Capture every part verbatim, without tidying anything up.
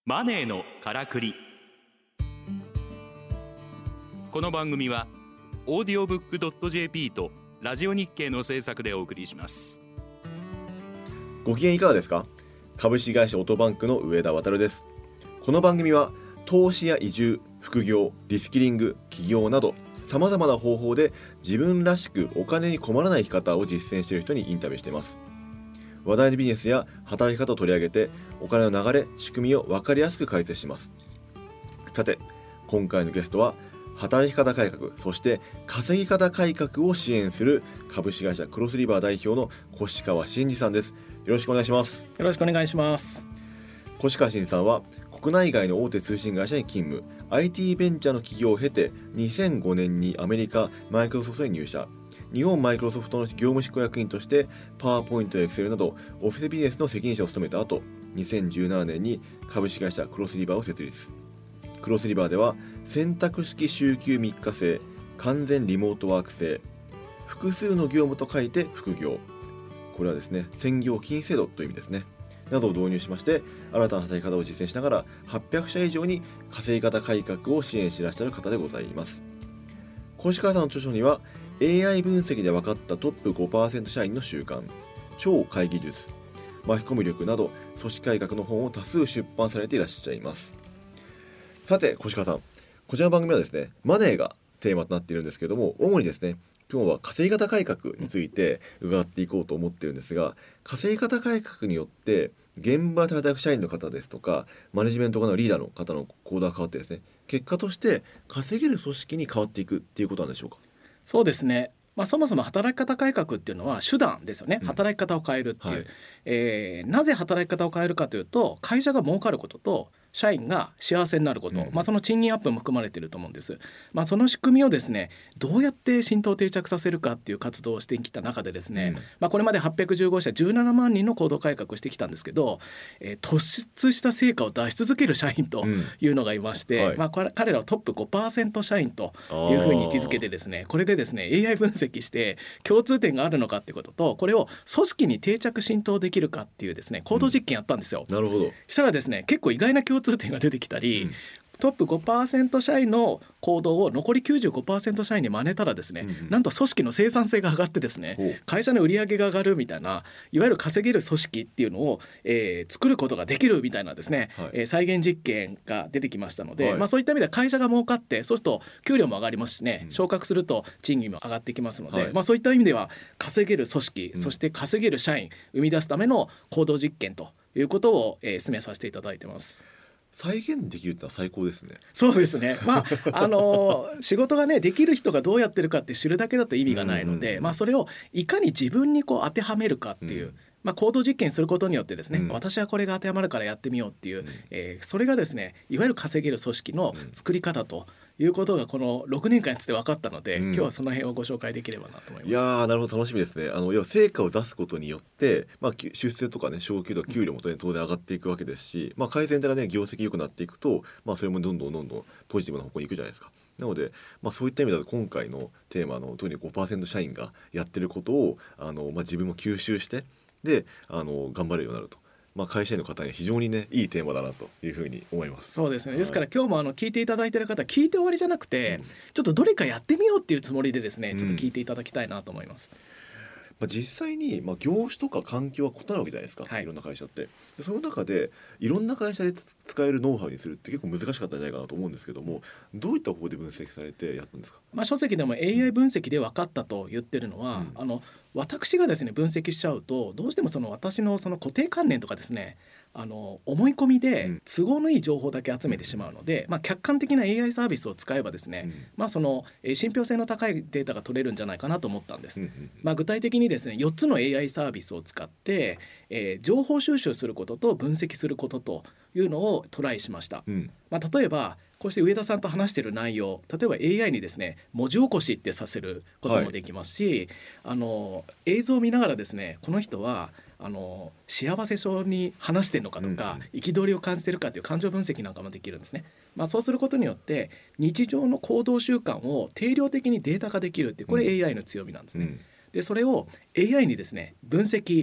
マネーのからくり。この番組はオーディオブックドットジェーピー とラジオ日経の制作でお送りします。 ご機嫌いかがですか？株式会社オトバンクの上田渉です。この番組は投資や移住、副業、リスキリング、起業などさまざまな方法で自分らしくお金に困らない生き方を実践している人にインタビューしています。話題のビジネスや働き方を取り上げてお金の流れ、仕組みを分かりやすく解説します。さて、今回のゲストは働き方改革、そして稼ぎ方改革を支援する株式会社クロスリバー代表の越川真二さんです。よろしくお願いします。 よろしくお願いします。 越川真二さんは国内外の大手通信会社に勤務、 アイティー ベンチャーの企業を経てにせんごねんにアメリカマイクロソフトに入社。日本マイクロソフトの業務執行役員としてパワーポイントやエクセルなどオフィスビジネスの責任者を務めた後、にせんじゅうななねんに株式会社クロスリバーを設立。クロスリバーでは選択式週休みっか制、完全リモートワーク制、複数の業務と書いて副業、これはですね専業禁止制度という意味ですね、などを導入しまして、新たな働き方を実践しながらはっぴゃくしゃ以上に稼ぎ方改革を支援していらっしゃる方でございます。越川さんの著書には エーアイ 分析で分かったトップ ごパーセント 社員の習慣、超会議術、巻き込み力など組織改革の本を多数出版されていらっしゃいます。さて越川さん、こちらの番組はですねマネーがテーマとなっているんですけれども、主にですね今日は稼ぎ方改革について伺っていこうと思っているんですが、稼ぎ方改革によって現場で働く社員の方ですとかマネジメント側のリーダーの方の行動が変わってですね、結果として稼げる組織に変わっていくっていうことなんでしょうか？ そうですね、まあ、そもそも働き方改革っていうのは手段ですよね、うん、働き方を変えるっていう、はい、えー、なぜ働き方を変えるかというと、会社が儲かることと社員が幸せになること、うん、まあ、その賃金アップも含まれていると思うんです。まあ、その仕組みをですねどうやって浸透定着させるかっていう活動をしてきた中でですね、うん、まあ、これまではっぴゃくじゅうごしゃじゅうななまんにんの行動改革をしてきたんですけど、えー、突出した成果を出し続ける社員というのがいまして、うん、はい、まあ、これ彼らはトップ ごパーセント 社員というふうに位置づけてですね、これでですね エーアイ 分析して共通点があるのかっていうことと、これを組織に定着浸透できるかっていうですね行動実験やったんですよ、 うん、なるほど。 したらですね結構意外な共通点が出てきたり、うん、トップ ごパーセント 社員の行動を残り きゅうじゅうごパーセント 社員に真似たらですね、うんうん、なんと組織の生産性が上がってですね、会社の売り上げが上がるみたいな、いわゆる稼げる組織っていうのを、えー、作ることができるみたいなですね、はい、えー、再現実験が出てきましたので、はい、まあ、そういった意味では会社が儲かって、そうすると給料も上がりますしね、うん、昇格すると賃金も上がってきますので、はい、まあ、そういった意味では稼げる組織、うん、そして稼げる社員生み出すための行動実験ということを、えー、進めさせていただいてます。 再現できるってのは最高ですね。 そうですね、まああのー、仕事がねできる人がどうやってるかって知るだけだと意味がないので、うんうん、まあ、それをいかに自分にこう当てはめるかっていう、うん、まあ、行動実験することによってですね、うん、私はこれが当てはまるからやってみようっていう、うん、えー、それがですねいわゆる稼げる組織の作り方ということがこのろくねんかんやってて分かったので、うん、今日はその辺をご紹介できればなと思います。 いやー、なるほど、楽しみですね。あの要は成果を出すことによって、まあ、出世とかね昇給とか給料も当然上がっていくわけですし、まあ、会社全体がね業績良くなっていくと、まあ、それもどんどんどんどんポジティブな方向に行くじゃないですか。なので、まあ、そういった意味だと今回のテーマの特に ごパーセント 社員がやってることをあの、まあ、自分も吸収してであの頑張れるようになると、まあ、会社員の方には非常にねいいテーマだなというふうに思います。 そうですね、ですから今日もあの聞いていただいている方、聞いて終わりじゃなくて、うん、ちょっとどれかやってみようっていうつもりでですね、ちょっと聞いていただきたいなと思います。 まあ、実際に、まあ、業種とか環境は異なるわけじゃないですか、はい、いろんな会社ってでその中でいろんな会社で使えるノウハウにするって結構難しかったんじゃないかなと思うんですけども、どういった方法で分析されてやったんですか？ まあ、書籍でも エーアイ 分析で分かったと言ってるのは、うん、あの私がですね分析しちゃうとどうしてもその私のその固定観念とかですね、あの思い込みで都合のいい情報だけ集めてしまうので、うん、まあ、客観的な エーアイ サービスを使えばですね、うん、まあ、その信憑性の高いデータが取れるんじゃないかなと思ったんです、うんうんうん、まあ、具体的にですねよっつの エーアイ サービスを使って、えー、情報収集することと分析することというのをトライしました、うん、まあ、例えばこうして上田さんと話している内容、例えば エーアイ にですね文字起こしってさせることもできますし、はい、あの映像を見ながらですねこの人はあの幸せそうに話してるのかとか憤、うん、りを感じてるかという感情分析なんかもできるんですね。まあ、そうすることによって日常の行動習慣を定量的にデータ化できるっていう、これ エーアイ の強みなんですね、うん、でそれを エーアイ にですね分析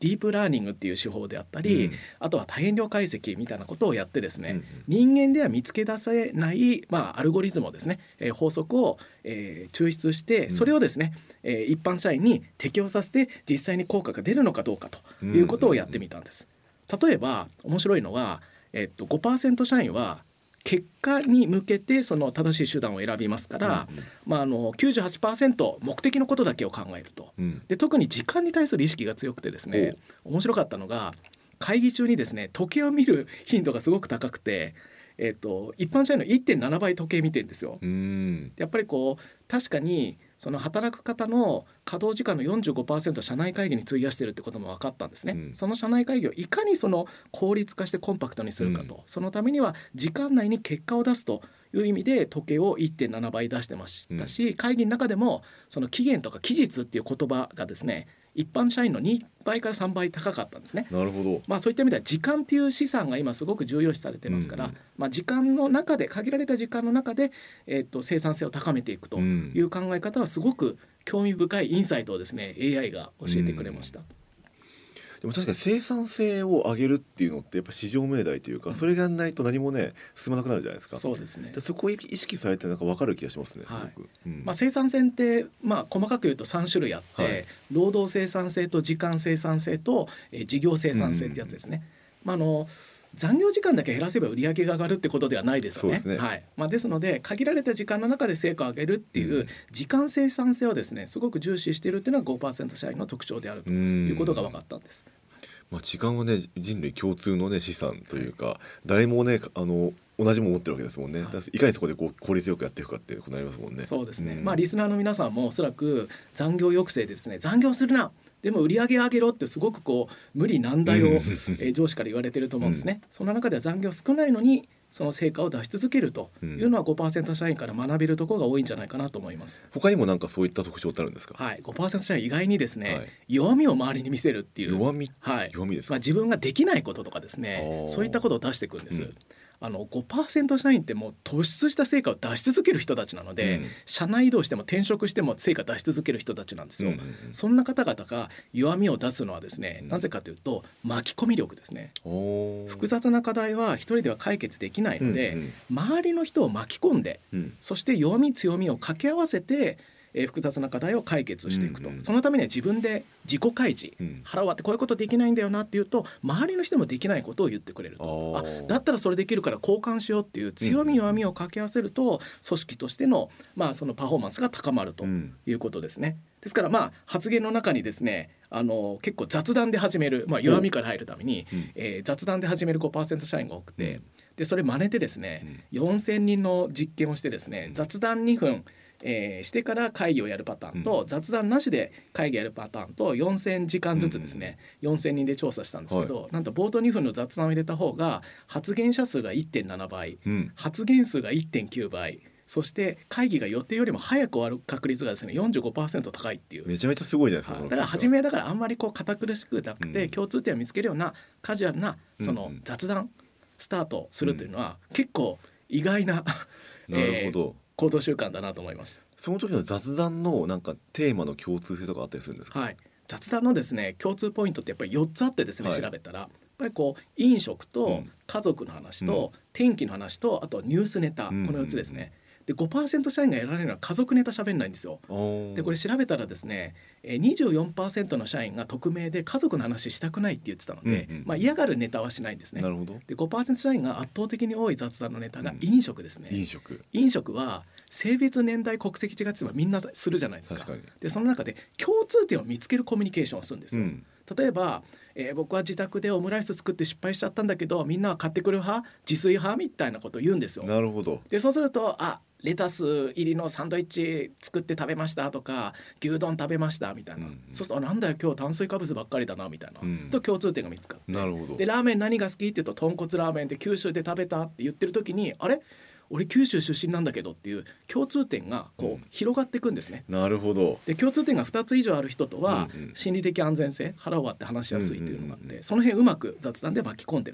ディープラーニングっていう手法であったり、 うんあとは多変量解析みたいなことをやってですね、 うんうん人間では見つけ出せない、まあ、アルゴリズムをですね、えー法則を、えー抽出してそれをですね、えー一般社員に適用させて実際に効果が出るのかどうかということをやってみたんです。例えば面白いのは、えっと、ごパーセント社員は結果に向けてその正しい手段を選びますから、 うんうんまあ、あの きゅうじゅうはちパーセント 目的のことだけを考えると。 うんで特に時間に対する意識が強くてですね、面白かったのが会議中にですね時計を見る頻度がすごく高くて、えっと、一般社員の いってんなな 倍時計見てるんですよ。 うんやっぱりこう確かにその働く方の稼働時間の よんじゅうごパーセント 社内会議に費やしてるってことも分かったんですね、 うんその社内会議をいかにその効率化してコンパクトにするかと、 うんそのためには時間内に結果を出すという意味で時計を いってんなな 倍出してましたし、会議の中でもその期限とか期日っていう言葉がですね一般社員のにばいからさんばい高かったんですね。 なるほど。 まあ、そういった意味では時間っていう資産が今すごく重要視されてますから、 うんうんまあ、時間の中で限られた時間の中で、えー、と生産性を高めていくとうんいう考え方はすごく興味深いインサイトをですね エーアイ が教えてくれました。 でも確かに生産性を上げるっていうのってやっぱ市場命題というか、それがないと何もね進まなくなるじゃないですか。 そうですね。 でそこを意識されてなんか分かる気がしますね、 はいすごく。うんまあ、生産性って、まあ、細かく言うとさん種類あって、 はい労働生産性と時間生産性と、えー事業生産性ってやつですね。まあ、あの残業時間だけ減らせば売り上げが上がるってことではないですよね。 そうですねはいまあ、ですので限られた時間の中で成果を上げるっていううん時間生産性をですねすごく重視しているっていうのが ごパーセント 社員の特徴であるということが分かったんです。 まあ、時間はね人類共通のね資産というか、誰もねあの同じもの持ってるわけですもんね。だからいかにそこでこう効率よくやっていくかっていうことになりますもんね。 そうですね、 んまあリスナーの皆さんもおそらく残業抑制でですね残業するなでも売り上げ上げろってすごくこう無理難題を、 うんえー上司から言われてると思うんですね、その中では残業少ないのにその成果を出し続けるというのは ごパーセント 社員から学べるところが多いんじゃないかなと思います。 他にもなんかそういった特徴ってあるんですか。 はい、ごパーセント 社員意外にですね、 はい弱みを周りに見せるっていう弱み、 はい弱みですか。 まあ、自分ができないこととかですあーねそういったことを出していくんです、 うんあの ごパーセント 社員ってもう突出した成果を出し続ける人たちなので、 うん社内移動しても転職しても成果出し続ける人たちなんですよ、 うんうんうんそんな方々が弱みを出すのはですね、 うんなぜかというと巻き込み力ですね。 おー複雑な課題は一人では解決できないので、 うんうん周りの人を巻き込んでうんそして弱み強みを掛け合わせて、えー複雑な課題を解決していくと、 うんうんそのためには自分で自己開示、 うん腹割ってこういうことできないんだよなっていうと周りの人もできないことを言ってくれると、ああーだったらそれできるから交換しようっていう強み弱みを掛け合わせると組織としての、まあ、そのパフォーマンスが高まるとうんいうことですね。ですからまあ発言の中にですねあの結構雑談で始める、まあ、弱みから入るために、 うんえー雑談で始める ごパーセント 社員が多くて、 うんでそれ真似てですね、よんせんにんの実験をしてですね、 うん雑談にふん、えーしてから会議をやるパターンと、 うん雑談なしで会議やるパターンとよんせんじかんずつですね、よんせんにんで調査したんですけど、なんと冒頭にふんの雑談を入れた方が発言者数が いってんなな 倍、 うん発言数が いってんきゅう 倍、そして会議が予定よりも早く終わる確率がですね よんじゅうごパーセント 高いっていう。 めちゃめちゃすごいじゃないですか。 はいだから初めはだからあんまりこう堅苦しくなくて、 うん共通点を見つけるようなカジュアルなそのうんうん雑談スタートするというのは結構意外な、 なるほど、 行動習慣だなと思いましその時の雑談のなんかテーマの共通性とかあったりするんですか。 た。はい、雑談のですね共通ポイントってやっぱりよっつあってですね、 はい調べたらやっぱりこう飲食うとん家族の話と天気の話とあとニュースネタ、 うんこのよっつですね。で ごパーセント 社員がやられるのは家族ネタ喋んないんですよ。 おーでこれ調べたらですねえー にじゅうよんパーセント の社員が匿名で家族の話したくないって言ってたので、 うんうんまあ、嫌がるネタはしないんですねな。るほど。 で ごパーセント 社員が圧倒的に多い雑談のネタがうん飲食ですね、 飲食飲食は性別年代国籍違ってもみんなするじゃないですか。 確かに。 でその中で共通点を見つけるコミュニケーションをするんですよ、 うん例えば、えー僕は自宅でオムライス作って失敗しちゃったんだけどみんなは買ってくる派自炊派みたいなことを言うんですよ。 なるほど。 でそうするとあレタス入りのサンドイッチ作って食べましたとか牛丼食べましたみたいな、 うんうんそうするとあなんだよ今日炭水化物ばっかりだなみたいな、 うんと共通点が見つかってなるほど。 でラーメン何が好きって言うと豚骨ラーメンで九州で食べたって言ってる時にあれ俺九州出身なんだけどっていう共通点がこう、 うん広がっていくんですね。 なるほど。 で共通点がふたつ以上ある人とは、 うんうん心理的安全性腹を割って話しやすいっていうのがあって、 うんうんうんその辺うまく雑談で巻き込んでると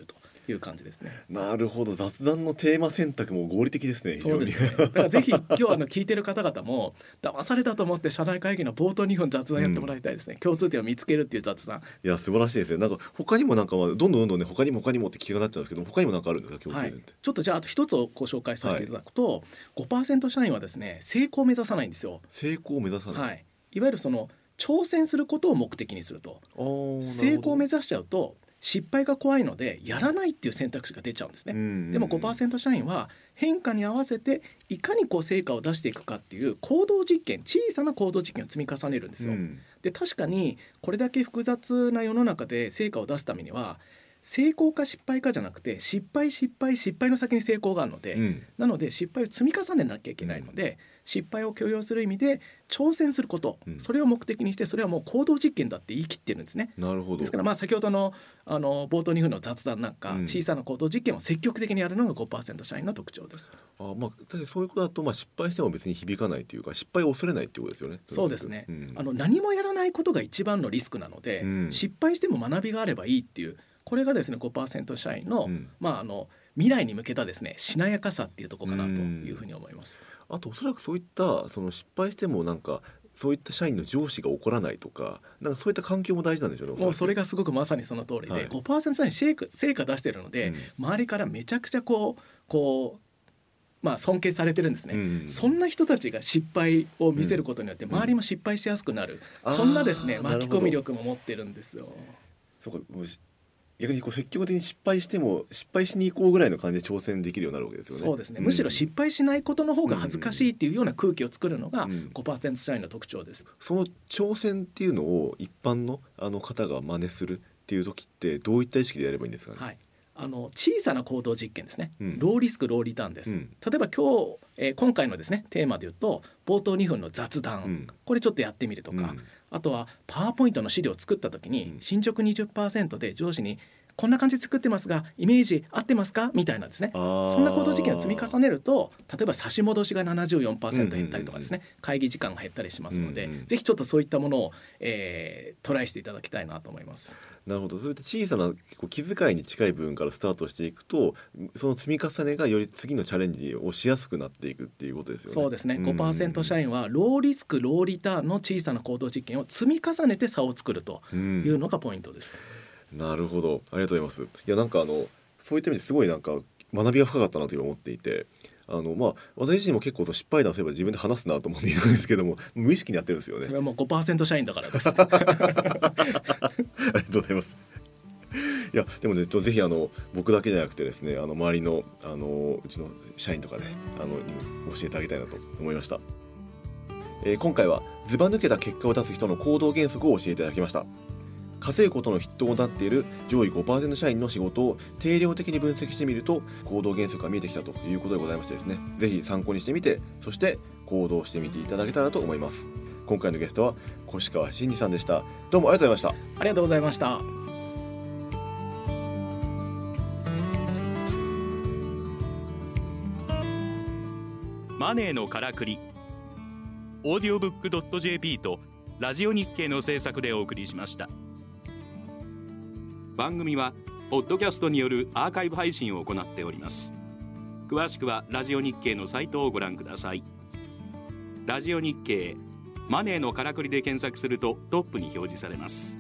いう感じですね。 なるほど、雑談のテーマ選択も合理的ですね。 そうですね。だからぜひ今日あの聞いてる方々も騙されたと思って社内会議の冒頭にほん雑談やってもらいたいですね、うん、共通点を見つけるっていう雑談。 いや素晴らしいですね。なんか他にもなんかどんどんどんどんね他にも他にもって聞きたくなっちゃうんですけど、他にもなんかあるんですか共通点って、はい、 ちょっとじゃああと一つをご紹介させていただくと、はい、ごパーセント 社員はですね成功を目指さないんですよ。 成功を目指さない、 はい、いわゆるその挑戦することを目的にすると。成功を目指しちゃうと失敗が怖いのでやらないっていう選択肢が出ちゃうんですね、うんうんうん、でも ごパーセント 社員は変化に合わせていかにこう成果を出していくかっていう行動実験、小さな行動実験を積み重ねるんですよ、うん、で確かにこれだけ複雑な世の中で成果を出すためには成功か失敗かじゃなくて失敗失敗失敗の先に成功があるので、うん、なので失敗を積み重ねなきゃいけないので、うん、失敗を許容する意味で挑戦すること、うん、それを目的にしてそれはもう行動実験だって言い切ってるんですね。 なるほど。 ですからまあ先ほど の, あの冒頭にふんの雑談なんか、うん、小さな行動実験を積極的にやるのが ごパーセント 社員の特徴です。 あ、まあ、確かにそういうことだと、まあ、失敗しても別に響かないというか失敗を恐れないっていうことですよね。 そうですね、 うん、 あの何もやらないことが一番のリスクなので、うん、失敗しても学びがあればいいっていうこれがですね ごパーセント 社員の、うんまあ、あの未来に向けたですねしなやかさっていうところかなというふうに思います。 あとおそらくそういったその失敗してもなんかそういった社員の上司が怒らないとか、なんかそういった環境も大事なんでしょうね。 もうそれがすごくまさにその通りで、はい、ごパーセント 社員成果、成果出してるので、うん、周りからめちゃくちゃこうこうまあ、尊敬されてるんですね、うん、そんな人たちが失敗を見せることによって周りも失敗しやすくなる、うん、そんなですね巻き込み力も持ってるんですよ。 そうか、もう逆にこう積極的に失敗しても失敗しに行こうぐらいの感じで挑戦できるようになるわけですよね。 そうですね、うん、むしろ失敗しないことの方が恥ずかしいっていうような空気を作るのが ごパーセント 社員の特徴です、うん、 その挑戦っていうのを一般のあの方が真似するっていう時ってどういった意識でやればいいんですかね。 はい、あの小さな行動実験ですね、うん、ローリスクローリターンです、うん、例えば今日、えー、今回のですねテーマで言うと冒頭にふんの雑談、うん、これちょっとやってみるとか、うん、あとはパワーポイントの資料を作った時に、うん、進捗 にじゅっパーセント で上司にこんな感じで作ってますがイメージ合ってますかみたいなですね、そんな行動実験を積み重ねると例えば差し戻しが ななじゅうよんパーセント 減ったりとかですね、うんうんうん、会議時間が減ったりしますので、うんうん、ぜひちょっとそういったものを、えー、トライしていただきたいなと思います。 なるほど。そういった小さなこう気遣いに近い部分からスタートしていくとその積み重ねがより次のチャレンジをしやすくなっていくっていうことですよね。 そうですね、ごパーセント 社員はローリスクローリターンの小さな行動実験を積み重ねて差を作るというのがポイントです、 うん、なるほど、ありがとうございます。いやなんかあのそういった意味ですごいなんか学びが深かったなと思っていて、あのまあ私自身も結構失敗談すれば自分で話すなと思っていたんですけども無意識にやってるんですよね。 それはもう ごパーセント 社員だからですありがとうございます。いやでもねぜひあの僕だけじゃなくてですねあの周りのあのうちの社員とかねあの教えてあげたいなと思いました、えー、今回はずば抜けた結果を出す人の行動原則を教えていただきました。稼ぐことの筆頭となっている上位 ごパーセント 社員の仕事を定量的に分析してみると行動原則が見えてきたということでございましてですね、ぜひ参考にしてみてそして行動してみていただけたらと思います。今回のゲストは越川真二さんでした。どうもありがとうございました。 ありがとうございました。 マネーのからくりオーディオブックドットジェーピー とラジオ日経の制作でお送りしました。番組はポッドキャストによるアーカイブ配信を行っております。詳しくはラジオ日経のサイトをご覧ください。ラジオ日経マネーのからくりで検索するとトップに表示されます。